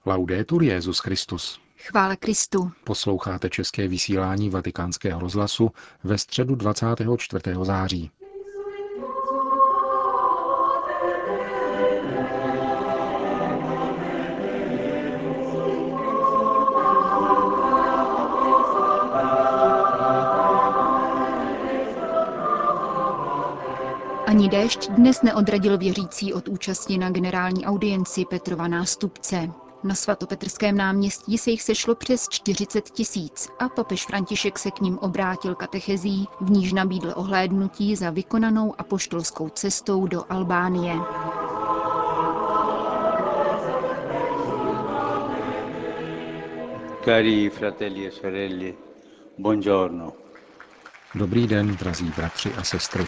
Laudetur Jesus Christus. Chvála Kristu. Posloucháte české vysílání Vatikánského rozhlasu ve středu 24. září. Ani déšť dnes neodradil věřící od účasti na generální audienci Petrova nástupce. Na svatopetrském náměstí se jich sešlo přes 40 000 a papež František se k nim obrátil katechezí, v níž nabídl ohlédnutí za vykonanou apoštolskou cestou do Albánie. Cari fratelli e sorelle, buongiorno. Dobrý den, drazí bratři a sestry.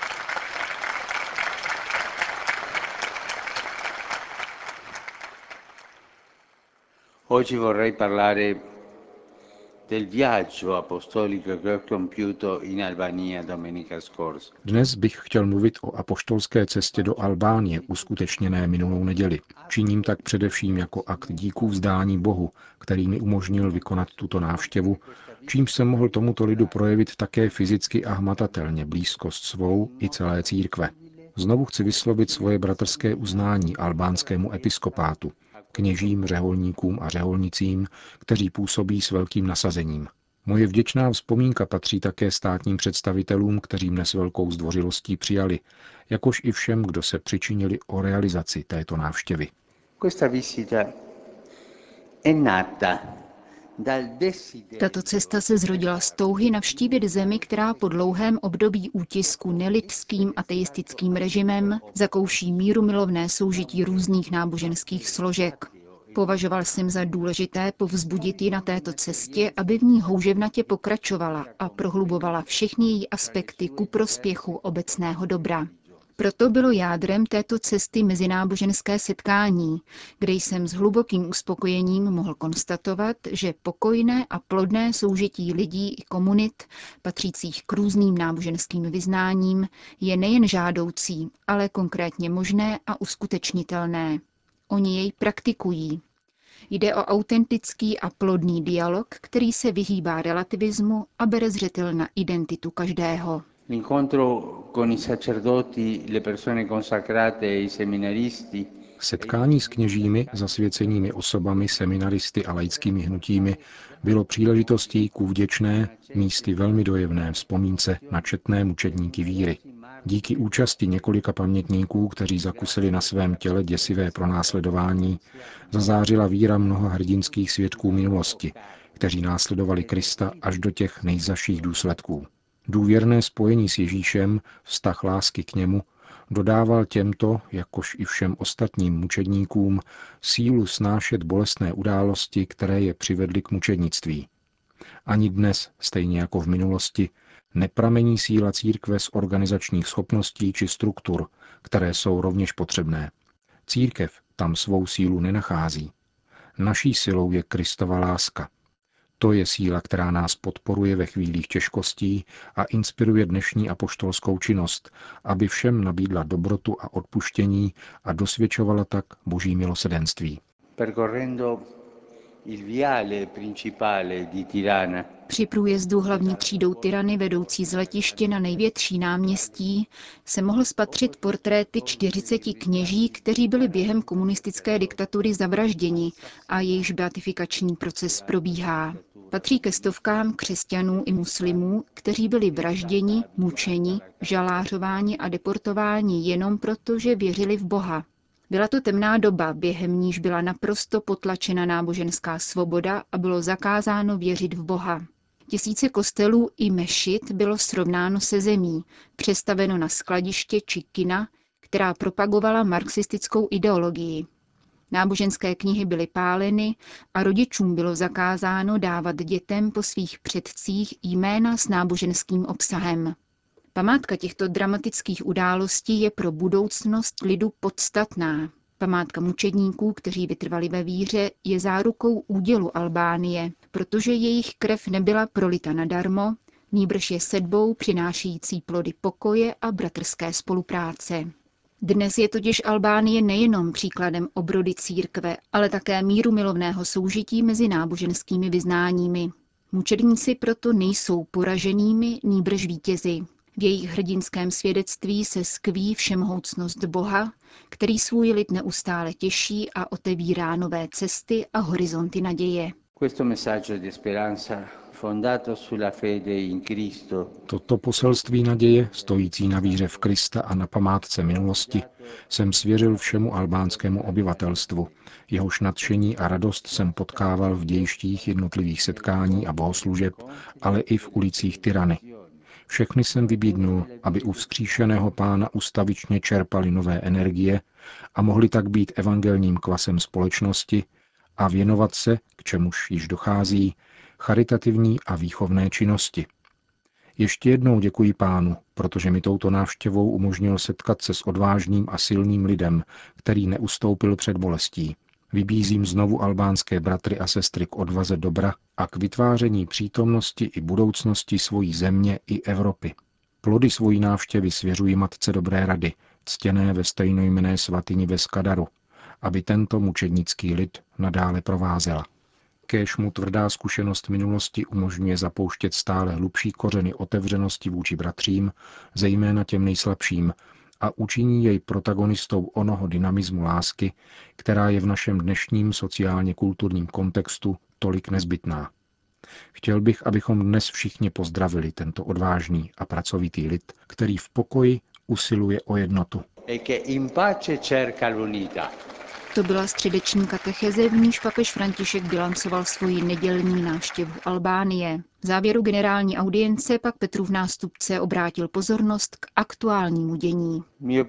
Oggi vorrei parlare del viaggio apostolico che ho compiuto in Albania domenica scorsa. Dnes bych chtěl mluvit o apoštolské cestě do Albánie, uskutečněné minulou neděli. Činím tak především jako akt díků vzdání Bohu, který mi umožnil vykonat tuto návštěvu, čímž jsem mohl tomuto lidu projevit také fyzicky a hmatatelně blízkost svou i celé církve. Znovu chci vyslovit svoje bratrské uznání albánskému episkopátu, kněžím, řeholníkům a řeholnicím, kteří působí s velkým nasazením. Moje vděčná vzpomínka patří také státním představitelům, kteří mne s velkou zdvořilostí přijali, jakož i všem, kdo se přičinili o realizaci této návštěvy. Tato cesta se zrodila z touhy navštívit zemi, která po dlouhém období útisku nelidským ateistickým režimem zakouší mírumilovné soužití různých náboženských složek. Považoval jsem za důležité povzbudit ji na této cestě, aby v ní houževnatě pokračovala a prohlubovala všechny její aspekty ku prospěchu obecného dobra. Proto bylo jádrem této cesty mezináboženské setkání, kde jsem s hlubokým uspokojením mohl konstatovat, že pokojné a plodné soužití lidí i komunit, patřících k různým náboženským vyznáním, je nejen žádoucí, ale konkrétně možné a uskutečnitelné. Oni jej praktikují. Jde o autentický a plodný dialog, který se vyhýbá relativismu a bere zřetel na identitu každého. Setkání s kněžími, zasvěcenými osobami, seminaristy a laickými hnutími bylo příležitostí ku vděčné, místy velmi dojemné vzpomínce na četné mučedníky víry. Díky účasti několika pamětníků, kteří zakusili na svém těle děsivé pronásledování, zazářila víra mnoha hrdinských svědků minulosti, kteří následovali Krista až do těch nejzazších důsledků. Důvěrné spojení s Ježíšem, vztah lásky k němu, dodával těmto, jakož i všem ostatním mučedníkům, sílu snášet bolestné události, které je přivedly k mučednictví. Ani dnes, stejně jako v minulosti, nepramení síla církve z organizačních schopností či struktur, které jsou rovněž potřebné. Církev tam svou sílu nenachází. Naší silou je Kristova láska. To je síla, která nás podporuje ve chvílích těžkostí a inspiruje dnešní apoštolskou činnost, aby všem nabídla dobrotu a odpuštění a dosvědčovala tak Boží milosrdenství. Při průjezdu hlavní třídou Tirany vedoucí z letiště na největší náměstí se mohl spatřit portréty 40 kněží, kteří byli během komunistické diktatury zavražděni a jejichž beatifikační proces probíhá. Patří ke stovkám křesťanů i muslimů, kteří byli vražděni, mučeni, žalářováni a deportováni jenom proto, že věřili v Boha. Byla to temná doba, během níž byla naprosto potlačena náboženská svoboda a bylo zakázáno věřit v Boha. Tisíce kostelů i mešit bylo srovnáno se zemí, přestaveno na skladiště či kina, která propagovala marxistickou ideologii. Náboženské knihy byly páleny a rodičům bylo zakázáno dávat dětem po svých předcích jména s náboženským obsahem. Památka těchto dramatických událostí je pro budoucnost lidu podstatná. Památka mučedníků, kteří vytrvali ve víře, je zárukou údělu Albánie, protože jejich krev nebyla prolita nadarmo, nýbrž je sedbou přinášející plody pokoje a bratrské spolupráce. Dnes je totiž Albánie nejenom příkladem obrody církve, ale také mírumilovného soužití mezi náboženskými vyznáními. Mučedníci proto nejsou poraženými, nýbrž vítězi. V jejich hrdinském svědectví se skví všemohoucnost Boha, který svůj lid neustále těší a otevírá nové cesty a horizonty naděje. Toto poselství naděje, stojící na víře v Krista a na památce minulosti, jsem svěřil všemu albánskému obyvatelstvu. Jehož nadšení a radost jsem potkával v dějištích jednotlivých setkání a bohoslužeb, ale i v ulicích Tirany. Všechny jsem vybídnul, aby u vzkříšeného Pána ustavičně čerpali nové energie a mohli tak být evangelním kvasem společnosti a věnovat se, k čemuž již dochází, charitativní a výchovné činnosti. Ještě jednou děkuji Pánu, protože mi touto návštěvou umožnil setkat se s odvážným a silným lidem, který neustoupil před bolestí. Vybízím znovu albánské bratry a sestry k odvaze dobra a k vytváření přítomnosti i budoucnosti svojí země i Evropy. Plody svojí návštěvy svěřují Matce Dobré rady, ctěné ve stejnojmenné svatyni ve Skadaru, aby tento mučednický lid nadále provázela. Kéž mu tvrdá zkušenost minulosti umožňuje zapouštět stále hlubší kořeny otevřenosti vůči bratřím, zejména těm nejslabším, a učiní jej protagonistou onoho dynamismu lásky, která je v našem dnešním sociálně-kulturním kontextu tolik nezbytná. Chtěl bych, abychom dnes všichni pozdravili tento odvážný a pracovitý lid, který v pokoji usiluje o jednotu. To byla středeční katecheze, v níž papež František bilancoval svoji nedělní návštěvu Albánie. V závěru generální audience pak Petrův nástupce obrátil pozornost k aktuálnímu dění.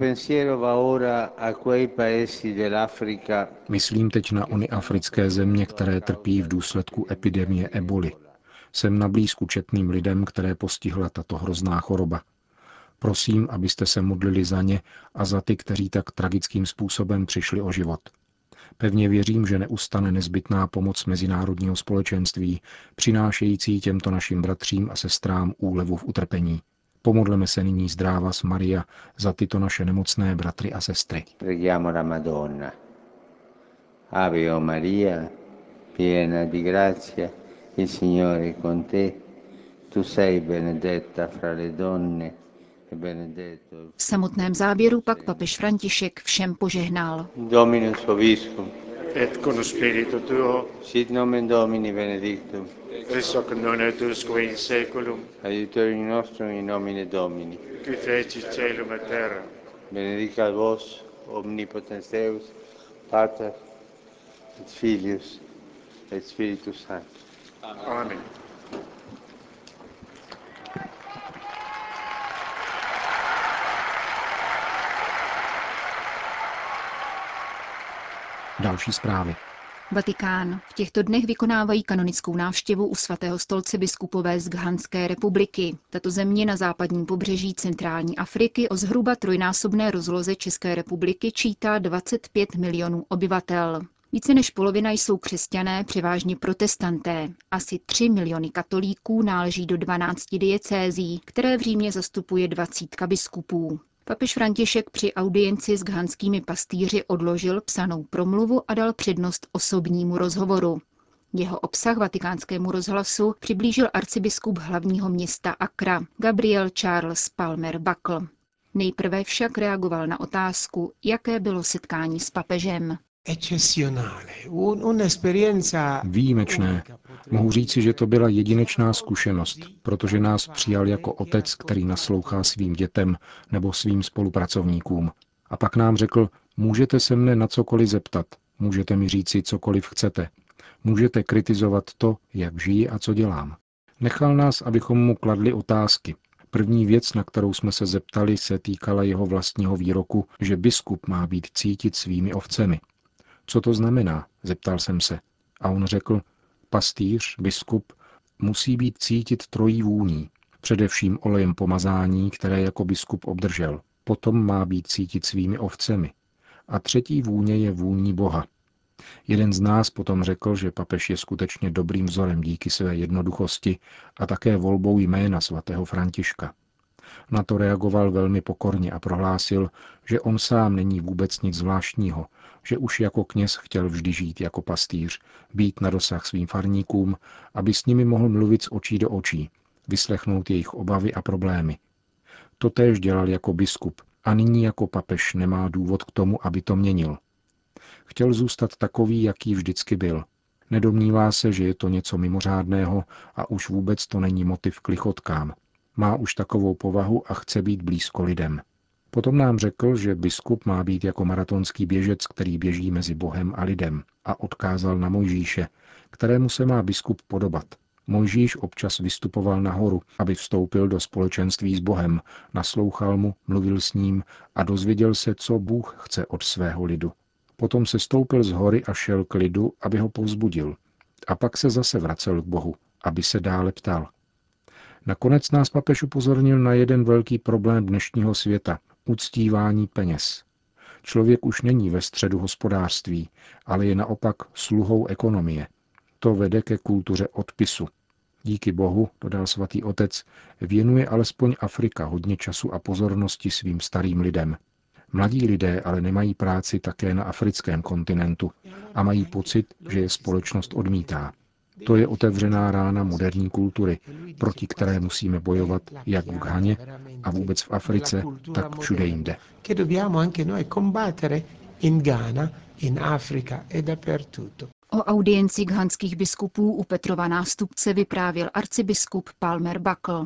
Myslím teď na ony africké země, které trpí v důsledku epidemie eboli. Jsem na blízku četným lidem, které postihla tato hrozná choroba. Prosím, abyste se modlili za ně a za ty, kteří tak tragickým způsobem přišli o život. Pevně věřím, že neustane nezbytná pomoc mezinárodního společenství, přinášející těmto našim bratřím a sestrám úlevu v utrpení. Pomodleme se nyní zdrávas Maria za tyto naše nemocné bratry a sestry. Preghiamo la Madonna. Ave o Maria, piena di grazia, il Signore è con te. Tu sei benedetta fra le donne. V samotném závěru pak papež František všem požehnal. Dominus vobiscum. Et con spiritu tuo, Sit nomen Domini benedictum. ex hoc non et usque in saeculum, Aiutorium nostrum in nomine Domini. qui feci caelum et terra. Benedicat vos, omnipotens Deus, Pater, et Filius, et Spiritus Sanctus. Amen. Další zprávy. Vatikán. V těchto dnech vykonávají kanonickou návštěvu u svatého stolce biskupové z Ghanské republiky. Tato země na západním pobřeží centrální Afriky o zhruba trojnásobné rozloze České republiky čítá 25 milionů obyvatel. Více než polovina jsou křesťané, převážně protestanté. Asi 3 miliony katolíků náleží do 12 diecézí, které v Římě zastupuje 20 biskupů. Papež František při audienci s ghanskými pastýři odložil psanou promluvu a dal přednost osobnímu rozhovoru. Jeho obsah Vatikánskému rozhlasu přiblížil arcibiskup hlavního města Accra, Gabriel Charles Palmer Buckle. Nejprve však reagoval na otázku, jaké bylo setkání s papežem. Výjimečné. Mohu říci, že to byla jedinečná zkušenost, protože nás přijal jako otec, který naslouchá svým dětem nebo svým spolupracovníkům. A pak nám řekl, můžete se mne na cokoliv zeptat, můžete mi říci cokoliv chcete, můžete kritizovat to, jak žiji a co dělám. Nechal nás, abychom mu kladli otázky. První věc, na kterou jsme se zeptali, se týkala jeho vlastního výroku, že biskup má být cítit svými ovcemi. Co to znamená? Zeptal jsem se. A on řekl, pastýř, biskup, musí být cítit trojí vůní. Především olejem pomazání, které jako biskup obdržel. Potom má být cítit svými ovcemi. A třetí vůně je vůní Boha. Jeden z nás potom řekl, že papež je skutečně dobrým vzorem díky své jednoduchosti a také volbou jména svatého Františka. Na to reagoval velmi pokorně a prohlásil, že on sám není vůbec nic zvláštního, že už jako kněz chtěl vždy žít jako pastýř, být na dosah svým farníkům, aby s nimi mohl mluvit z očí do očí, vyslechnout jejich obavy a problémy. Totéž dělal jako biskup a nyní jako papež nemá důvod k tomu, aby to měnil. Chtěl zůstat takový, jaký vždycky byl. Nedomnívá se, že je to něco mimořádného a už vůbec to není motiv k lichotkám. Má už takovou povahu a chce být blízko lidem. Potom nám řekl, že biskup má být jako maratonský běžec, který běží mezi Bohem a lidem, a odkázal na Mojžíše, kterému se má biskup podobat. Mojžíš občas vystupoval nahoru, aby vstoupil do společenství s Bohem, naslouchal mu, mluvil s ním a dozvěděl se, co Bůh chce od svého lidu. Potom se stoupil z hory a šel k lidu, aby ho povzbudil. A pak se zase vracel k Bohu, aby se dále ptal. Nakonec nás papež upozornil na jeden velký problém dnešního světa – uctívání peněz. Člověk už není ve středu hospodářství, ale je naopak sluhou ekonomie. To vede ke kultuře odpisu. Díky Bohu, dodal svatý otec, věnuje alespoň Afrika hodně času a pozornosti svým starým lidem. Mladí lidé ale nemají práci také na africkém kontinentu a mají pocit, že je společnost odmítá. To je otevřená rána moderní kultury, proti které musíme bojovat jak v Ghaně a vůbec v Africe, tak všude jinde. O audienci ghanských biskupů u Petrova nástupce vyprávěl arcibiskup Palmer Buckle.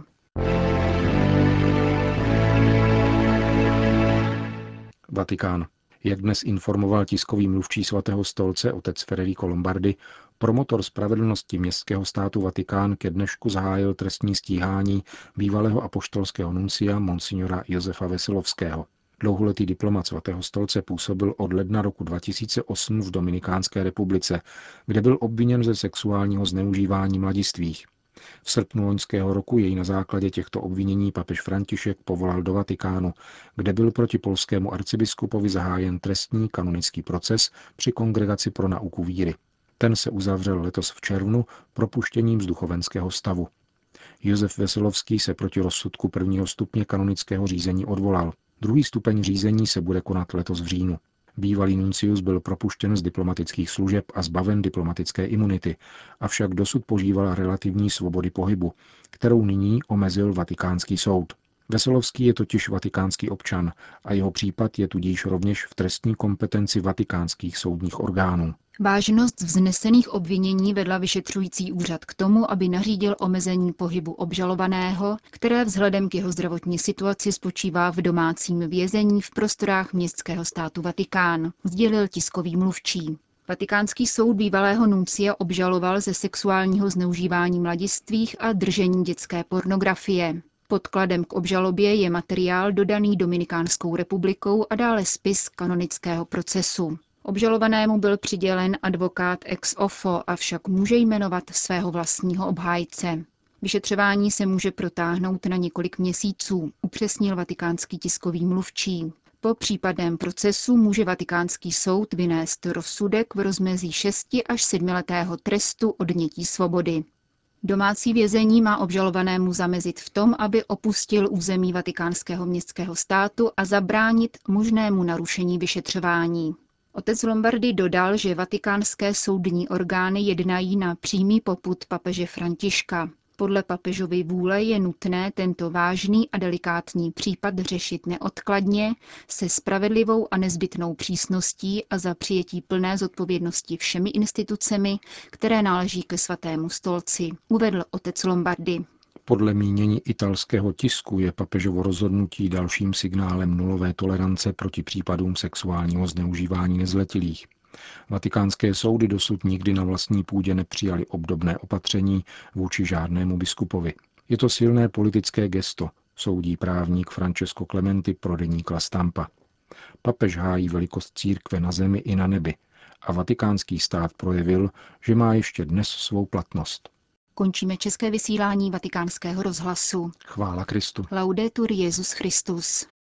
Vatikán. Jak dnes informoval tiskový mluvčí svatého stolce otec Federico Lombardi, promotor spravedlnosti městského státu Vatikán ke dnešku zahájil trestní stíhání bývalého apoštolského nuncia monsignora Josefa Veselovského. Dlouholetý diplomat svatého stolce působil od ledna roku 2008 v Dominikánské republice, kde byl obviněn ze sexuálního zneužívání mladistvých. V srpnu loňského roku jej na základě těchto obvinění papež František povolal do Vatikánu, kde byl proti polskému arcibiskupovi zahájen trestní kanonický proces při Kongregaci pro nauku víry. Ten se uzavřel letos v červnu propuštěním z duchovenského stavu. Josef Veselovský se proti rozsudku prvního stupně kanonického řízení odvolal. Druhý stupeň řízení se bude konat letos v říjnu. Bývalý nuncius byl propuštěn z diplomatických služeb a zbaven diplomatické imunity, avšak dosud požíval relativní svobody pohybu, kterou nyní omezil Vatikánský soud. Veselovský je totiž vatikánský občan a jeho případ je tudíž rovněž v trestní kompetenci vatikánských soudních orgánů. Vážnost vznesených obvinění vedla vyšetřující úřad k tomu, aby nařídil omezení pohybu obžalovaného, které vzhledem k jeho zdravotní situaci spočívá v domácím vězení v prostorách městského státu Vatikán, sdělil tiskový mluvčí. Vatikánský soud bývalého nuncia obžaloval ze sexuálního zneužívání mladistvých a držení dětské pornografie. Podkladem k obžalobě je materiál dodaný Dominikánskou republikou a dále spis kanonického procesu. Obžalovanému byl přidělen advokát ex ofo, avšak může jmenovat svého vlastního obhájce. Vyšetřování se může protáhnout na několik měsíců, upřesnil vatikánský tiskový mluvčí. Po případném procesu může vatikánský soud vynést rozsudek v rozmezí 6 až 7 letého trestu odnětí svobody. Domácí vězení má obžalovanému zamezit v tom, aby opustil území vatikánského městského státu a zabránit možnému narušení vyšetřování. Otec Lombardi dodal, že vatikánské soudní orgány jednají na přímý popud papeže Františka. Podle papežovy vůle je nutné tento vážný a delikátní případ řešit neodkladně, se spravedlivou a nezbytnou přísností a za přijetí plné zodpovědnosti všemi institucemi, které náleží ke svatému stolci, uvedl otec Lombardi. Podle mínění italského tisku je papežovo rozhodnutí dalším signálem nulové tolerance proti případům sexuálního zneužívání nezletilých. Vatikánské soudy dosud nikdy na vlastní půdě nepřijali obdobné opatření vůči žádnému biskupovi. Je to silné politické gesto, soudí právník Francesco Clementi pro deník La Stampa. Papež hájí velikost církve na zemi i na nebi a vatikánský stát projevil, že má ještě dnes svou platnost. Končíme české vysílání Vatikánského rozhlasu. Chvála Kristu. Laudetur Jesus Christus.